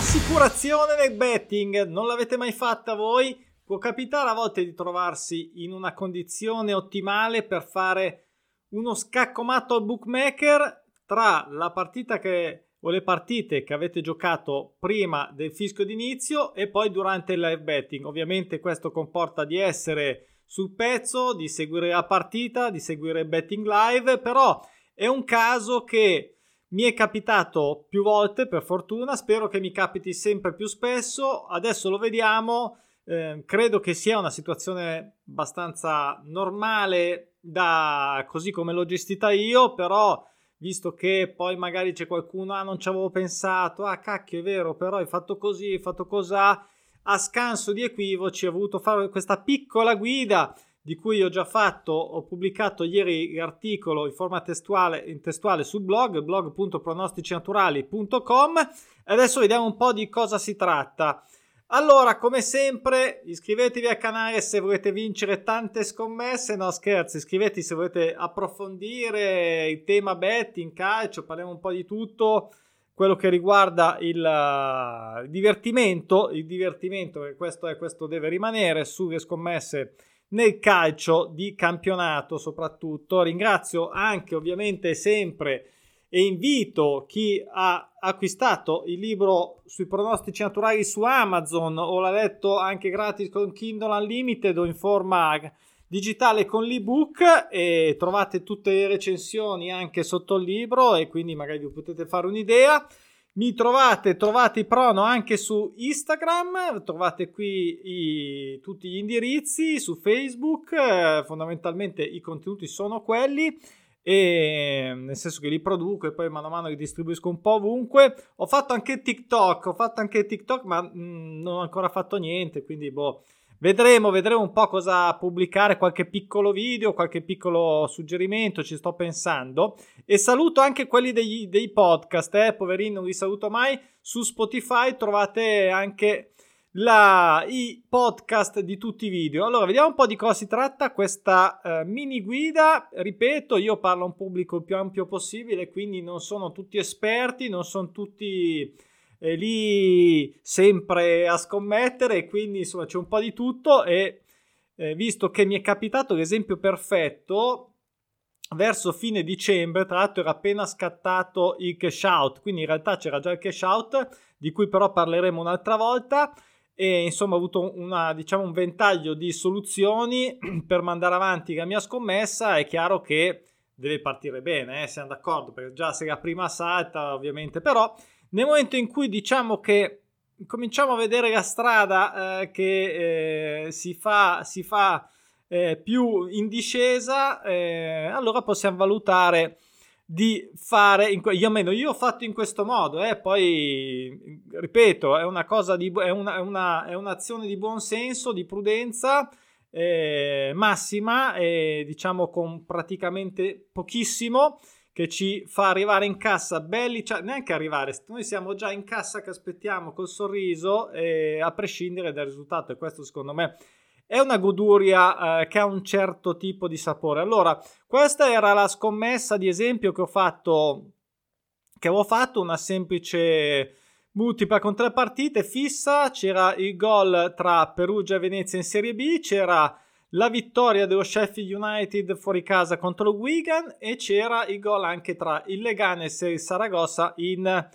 Assicurazione nel betting, non l'avete mai fatta voi? Può capitare a volte di trovarsi in una condizione ottimale per fare uno scaccomatto al bookmaker tra la partita o le partite che avete giocato prima del fischio d'inizio e poi durante il live betting. Ovviamente questo comporta di essere sul pezzo, di seguire la partita, di seguire il betting live, però è un caso che mi è capitato più volte, per fortuna, spero che mi capiti sempre più spesso, adesso lo vediamo. Credo che sia una situazione abbastanza normale così come l'ho gestita io, però visto che poi magari c'è qualcuno, non ci avevo pensato, cacchio è vero, però hai fatto così, hai fatto cosà, a scanso di equivoci ho voluto fare questa piccola guida di cui ho già ho pubblicato ieri l'articolo in forma testuale sul blog.pronosticinaturali.com, e adesso vediamo un po' di cosa si tratta. Allora, come sempre, iscrivetevi al canale se volete vincere tante scommesse, no scherzi, iscrivetevi se volete approfondire il tema betting, calcio, parliamo un po' di tutto, quello che riguarda il divertimento, che questo deve rimanere sulle scommesse nel calcio di campionato soprattutto. Ringrazio anche ovviamente sempre e invito chi ha acquistato il libro sui pronostici naturali su Amazon o l'ha letto anche gratis con Kindle Unlimited o in forma digitale con l'ebook, e trovate tutte le recensioni anche sotto il libro e quindi magari vi potete fare un'idea. Mi trovate i prono anche su Instagram, trovate qui tutti gli indirizzi, su Facebook, fondamentalmente i contenuti sono quelli, e nel senso che li produco e poi mano a mano li distribuisco un po' ovunque. Ho fatto anche TikTok, ma non ho ancora fatto niente, quindi vedremo un po' cosa pubblicare, qualche piccolo video, qualche piccolo suggerimento, ci sto pensando. E saluto anche quelli dei podcast, poverini, non li saluto mai. Su Spotify trovate anche i podcast di tutti i video. Allora, vediamo un po' di cosa si tratta questa mini guida. Ripeto, io parlo a un pubblico il più ampio possibile, quindi non sono tutti esperti, non sono tutti lì sempre a scommettere, quindi insomma c'è un po' di tutto. E visto che mi è capitato l'esempio perfetto verso fine dicembre, tra l'altro era appena scattato il cash out, quindi in realtà c'era già il cash out, di cui però parleremo un'altra volta, e insomma ho avuto un ventaglio di soluzioni per mandare avanti la mia scommessa. È chiaro che deve partire bene, siamo d'accordo, perché già se la prima salta ovviamente, però nel momento in cui diciamo che cominciamo a vedere la strada che si fa più in discesa, allora possiamo valutare di fare io ho fatto in questo modo, poi ripeto, è una cosa è un'azione di buon senso, di prudenza massima, diciamo con praticamente pochissimo, che ci fa arrivare in cassa belli, cioè neanche arrivare, noi siamo già in cassa che aspettiamo col sorriso, a prescindere dal risultato, e questo secondo me è una goduria che ha un certo tipo di sapore. Allora, questa era la scommessa di esempio che avevo fatto, una semplice multipla con 3 partite fissa. C'era il gol tra Perugia e Venezia in Serie B, c'era la vittoria dello Sheffield United fuori casa contro il Wigan e c'era il gol anche tra il Leganés e il Saragossa in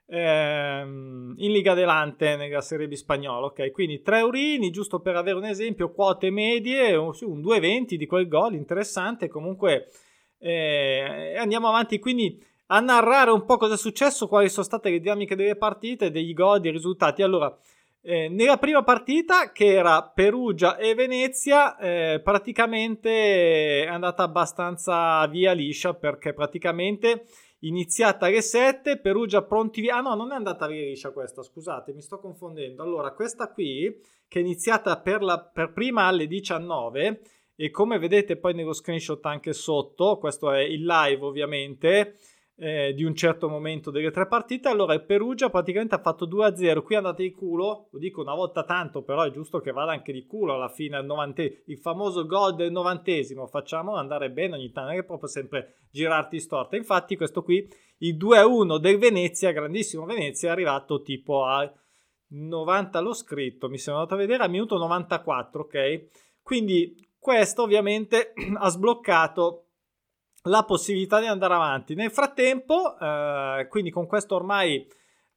Liga Adelante nella Serie B spagnola. Ok, quindi 3 eurini, giusto per avere un esempio, quote medie, un 2,20 di quel gol, interessante. Comunque andiamo avanti quindi a narrare un po' cosa è successo, quali sono state le dinamiche delle partite, degli gol, dei risultati. Allora, nella prima partita, che era Perugia e Venezia, praticamente è andata abbastanza via liscia, perché praticamente iniziata alle 7, Perugia pronti via. No, non è andata via liscia questa, scusate, mi sto confondendo. Allora, questa qui, che è iniziata per prima alle 19, e come vedete poi nello screenshot anche sotto, questo è il live ovviamente, di un certo momento delle 3 partite. Allora il Perugia praticamente ha fatto 2-0, qui andate di culo, lo dico una volta tanto, però è giusto che vada anche di culo alla fine, al 90esimo, il famoso gol del 90esimo, facciamo andare bene ogni tanto, non è che proprio sempre girarti storta. Infatti questo qui, il 2-1 del Venezia, grandissimo Venezia, è arrivato tipo 90 l'ho scritto, mi sono andato a vedere al minuto 94, ok? Quindi questo ovviamente ha sbloccato la possibilità di andare avanti. Nel frattempo, quindi con questo ormai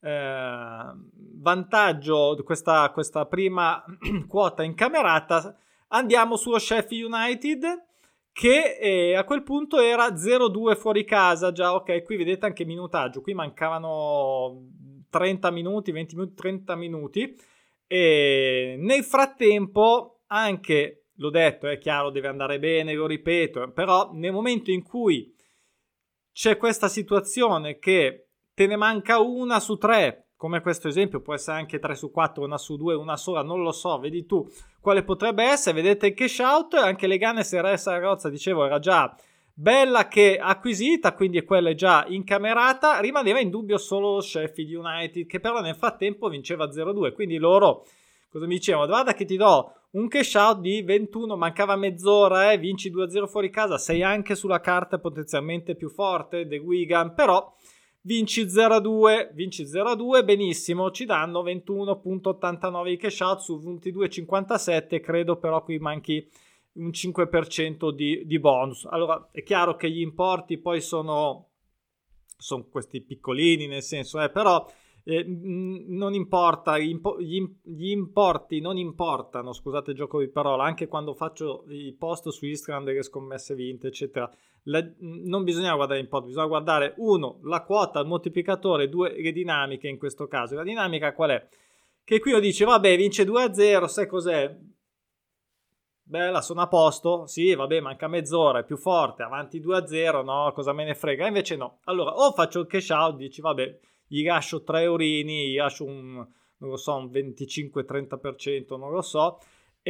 vantaggio, questa prima quota incamerata, andiamo sullo Sheffield United che a quel punto era 0-2 fuori casa. Già, ok, qui vedete anche minutaggio, qui mancavano 30 minuti, 20 minuti, 30 minuti, e nel frattempo anche, l'ho detto, è chiaro, deve andare bene, lo ripeto, però nel momento in cui c'è questa situazione che te ne manca una su tre, come questo esempio, può essere anche 3 su 4, una su 2, una sola, non lo so, vedi tu quale potrebbe essere. Vedete il cash out, anche Leganes e Real Saragozza, dicevo, era già bella che acquisita, quindi quella è già incamerata. Rimaneva in dubbio solo Sheffield United, che però nel frattempo vinceva 0-2, quindi loro cosa mi dicevano? Guarda che ti do un cash out di 21, mancava mezz'ora, vinci 2-0 fuori casa, sei anche sulla carta potenzialmente più forte del Wigan, però vinci 0-2, benissimo, ci danno 21.89 di cash out su 22.57, credo però qui manchi un 5% di bonus. Allora è chiaro che gli importi poi sono questi piccolini, nel senso, però non importa, gli importi non importano, scusate il gioco di parola, anche quando faccio i post su Instagram delle scommesse vinte eccetera. Non bisogna guardare importi, bisogna guardare la quota, il moltiplicatore, le dinamiche. In questo caso la dinamica qual è? Che qui io dice vabbè, vince 2-0, sai cos'è? Bella, sono a posto, sì, vabbè, manca mezz'ora, è più forte, avanti 2-0, no, cosa me ne frega? Invece no. Allora, o faccio il cash out, dici vabbè, gli lascio 3 eurini, gli lascio non lo so, un 25-30%, non lo so,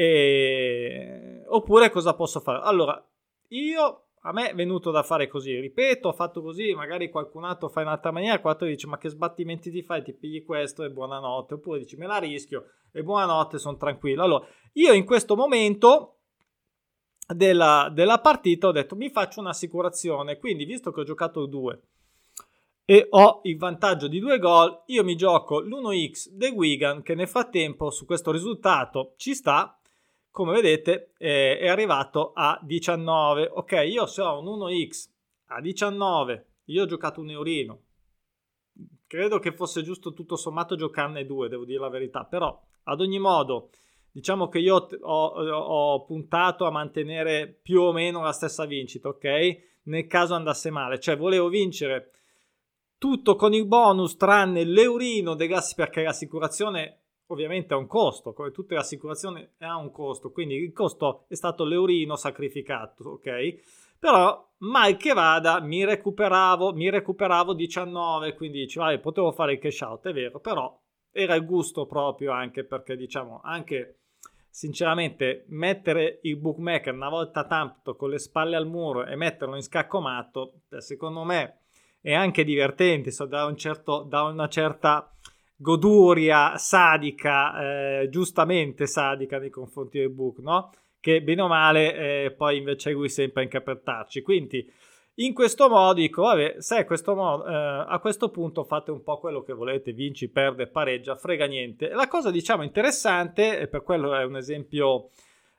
oppure cosa posso fare? Allora, a me è venuto da fare così, ripeto, ho fatto così, magari qualcun altro fa in un'altra maniera, qualcun altro dice ma che sbattimenti ti fai, ti pigli questo e buonanotte, oppure dici me la rischio e buonanotte, sono tranquillo. Allora, io in questo momento della partita ho detto mi faccio un'assicurazione, quindi visto che ho giocato 2 e ho il vantaggio di 2 gol, io mi gioco l'1x del Wigan, che nel frattempo su questo risultato ci sta, come vedete è arrivato a 19. Ok, io se ho un 1x a 19, io ho giocato un eurino, credo che fosse giusto tutto sommato giocarne 2, devo dire la verità, però ad ogni modo diciamo che io ho puntato a mantenere più o meno la stessa vincita, ok? Nel caso andasse male, cioè volevo vincere tutto con il bonus tranne l'eurino dei gas, perché l'assicurazione ovviamente ha un costo, come tutte le assicurazioni ha un costo, quindi il costo è stato l'eurino sacrificato, ok? Però mal che vada mi recuperavo 19, quindi vabbè, potevo fare il cash out, è vero, però era il gusto proprio, anche perché diciamo anche sinceramente mettere il bookmaker una volta tanto con le spalle al muro e metterlo in scaccomatto, secondo me è anche divertente, da una certa goduria sadica, giustamente sadica nei confronti del book, no? Che bene o male poi invece lui sempre a incaprettarci. Quindi in questo modo dico vabbè, se a questo punto fate un po' quello che volete, vinci, perde, pareggia, frega niente. La cosa diciamo interessante, e per quello è un esempio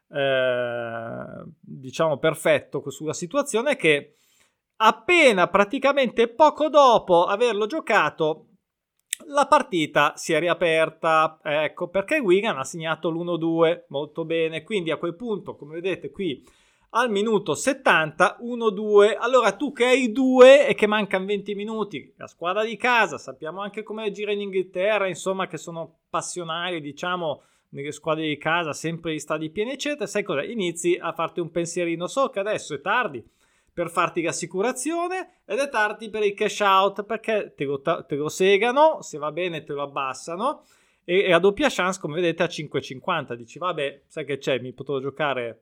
diciamo perfetto sulla situazione, è che appena praticamente poco dopo averlo giocato la partita si è riaperta, ecco perché Wigan ha segnato l'1-2 molto bene, quindi a quel punto come vedete qui al minuto 70 1-2. Allora tu che hai 2 e che mancano 20 minuti, la squadra di casa, sappiamo anche come gira in Inghilterra, insomma, che sono passionali diciamo nelle squadre di casa, sempre gli stadi pieni eccetera, sai cosa? Inizi a farti un pensierino, so che adesso è tardi per farti l'assicurazione ed è tardi per il cash out, perché te lo segano, se va bene te lo abbassano e a doppia chance come vedete a 5,50. Dici vabbè, sai che c'è, mi potevo giocare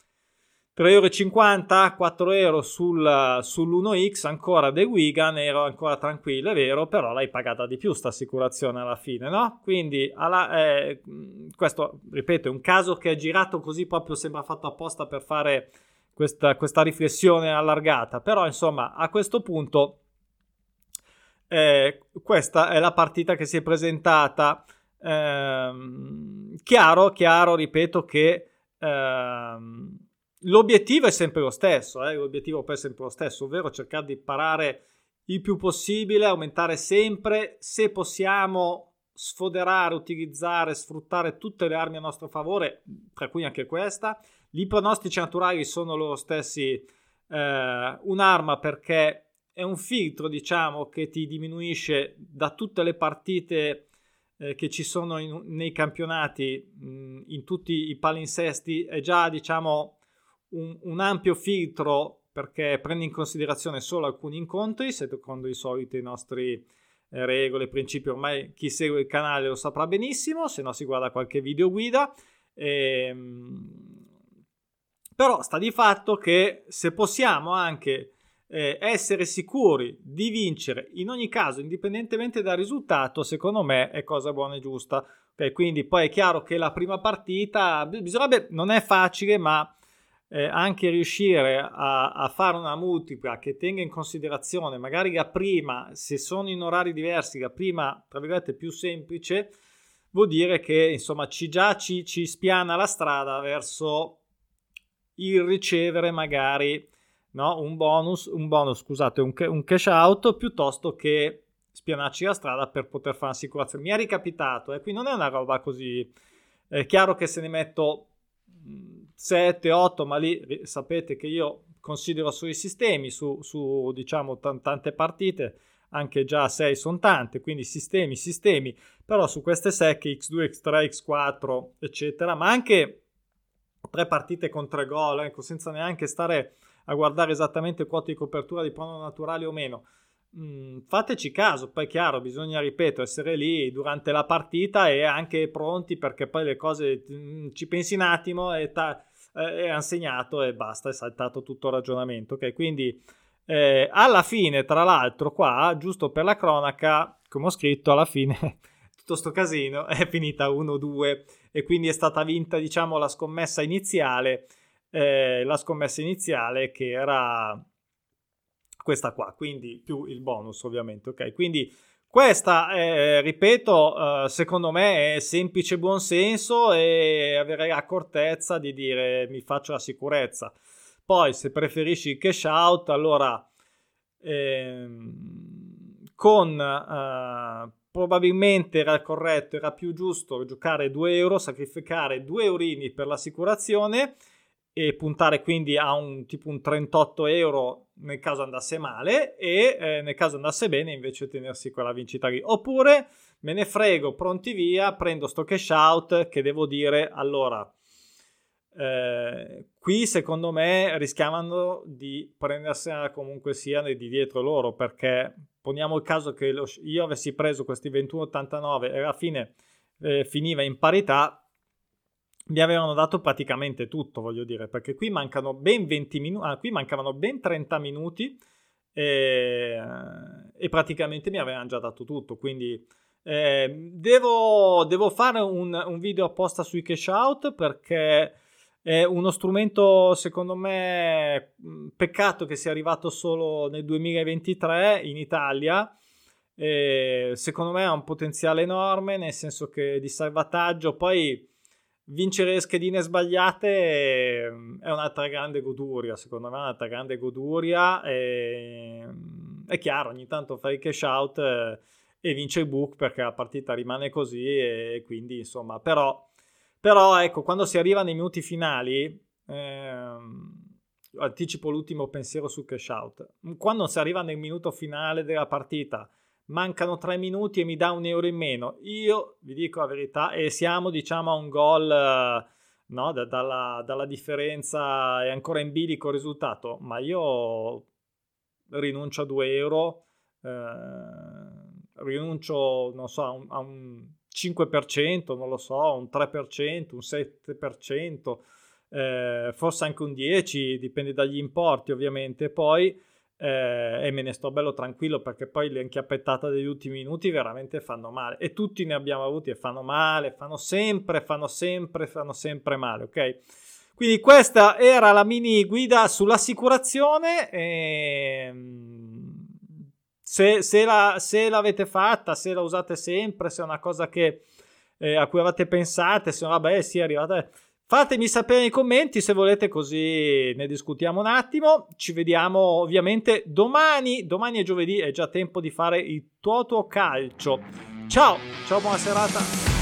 3,50 €, 4 euro sull'1x ancora del Wigan, ero ancora tranquillo, è vero, però l'hai pagata di più sta assicurazione alla fine, no? Quindi questo, ripeto, è un caso che è girato così, proprio sembra fatto apposta per fare questa riflessione allargata, però insomma a questo punto questa è la partita che si è presentata. chiaro, ripeto che l'obiettivo è sempre lo stesso, l'obiettivo poi è sempre lo stesso, ovvero cercare di imparare il più possibile, aumentare sempre, se possiamo sfoderare, utilizzare, sfruttare tutte le armi a nostro favore, tra cui anche questa. I pronostici naturali sono loro stessi un'arma, perché è un filtro, diciamo, che ti diminuisce da tutte le partite che ci sono nei campionati, in tutti i palinsesti. È già, diciamo, un ampio filtro, perché prende in considerazione solo alcuni incontri, secondo i soliti nostri regole, principi. Ormai chi segue il canale lo saprà benissimo, se no si guarda qualche video guida. Però sta di fatto che se possiamo anche essere sicuri di vincere in ogni caso, indipendentemente dal risultato, secondo me è cosa buona e giusta. Okay, quindi poi è chiaro che la prima partita bisognerebbe, non è facile, ma anche riuscire a fare una multipla che tenga in considerazione magari la prima, se sono in orari diversi, la prima tra virgolette più semplice, vuol dire che insomma ci spiana la strada verso il ricevere magari, no, un bonus, scusate, un cash out, piuttosto che spianarci la strada per poter fare un'assicurazione. Mi è ricapitato, qui non è una roba così, è chiaro che se ne metto 7, 8, ma lì sapete che io considero solo i sistemi su diciamo tante partite, anche già 6 sono tante, quindi sistemi, però su queste secche X2, X3, X4 eccetera, ma anche 3 partite con 3 gol, ecco, senza neanche stare a guardare esattamente quote di copertura di prono naturali o meno. Fateci caso, poi chiaro, bisogna, ripeto, essere lì durante la partita e anche pronti, perché poi le cose ci pensi un attimo e hanno segnato e basta, è saltato tutto il ragionamento. Ok, quindi alla fine, tra l'altro, qua, giusto per la cronaca, come ho scritto, alla fine tutto sto casino è finita 1-2 e quindi è stata vinta, diciamo, la scommessa iniziale che era questa qua, quindi più il bonus ovviamente. Ok, quindi questa ripeto, secondo me è semplice buonsenso e avere accortezza di dire mi faccio la sicurezza. Poi se preferisci il cash out, allora probabilmente era corretto, era più giusto giocare 2 euro, sacrificare 2 eurini per l'assicurazione e puntare quindi a un 38 euro nel caso andasse male e nel caso andasse bene invece tenersi quella vincita lì. Oppure me ne frego, pronti via, prendo sto cash out, che devo dire, allora qui secondo me rischiavano di prendersela comunque sia di dietro loro, perché poniamo il caso che io avessi preso questi 21,89 e alla fine finiva in parità, mi avevano dato praticamente tutto, voglio dire, perché qui mancano ben 20 minuti, qui mancavano ben 30 minuti e praticamente mi avevano già dato tutto, quindi devo fare un video apposta sui cash out, perché è uno strumento, secondo me, peccato che sia arrivato solo nel 2023 in Italia. Secondo me ha un potenziale enorme, nel senso che di salvataggio, poi vincere le schedine sbagliate è un'altra grande goduria, secondo me è un'altra grande goduria. È chiaro, ogni tanto fai il cash out e vince il book, perché la partita rimane così, e quindi insomma, però ecco, quando si arriva nei minuti finali, anticipo l'ultimo pensiero sul cash out, quando si arriva nel minuto finale della partita, mancano 3 minuti e mi dà 1 euro in meno, io vi dico la verità, e siamo, diciamo, a un gol, no, dalla differenza, è ancora in bilico il risultato, ma io rinuncio a 2 euro, rinuncio, non so, a un 5%, non lo so, un 3%, un 7%, forse anche un 10%, dipende dagli importi ovviamente, poi e me ne sto bello tranquillo, perché poi le inchiappettata degli ultimi minuti veramente fanno male, e tutti ne abbiamo avuti e fanno male, fanno sempre male, ok? Quindi questa era la mini guida sull'assicurazione. Se l'avete fatta, se la usate sempre, se è una cosa che a cui avete pensato, se no vabbè sì, arrivate. Fatemi sapere nei commenti se volete, così ne discutiamo un attimo. Ci vediamo ovviamente domani è giovedì, è già tempo di fare il Toto Calcio. Ciao, buona serata.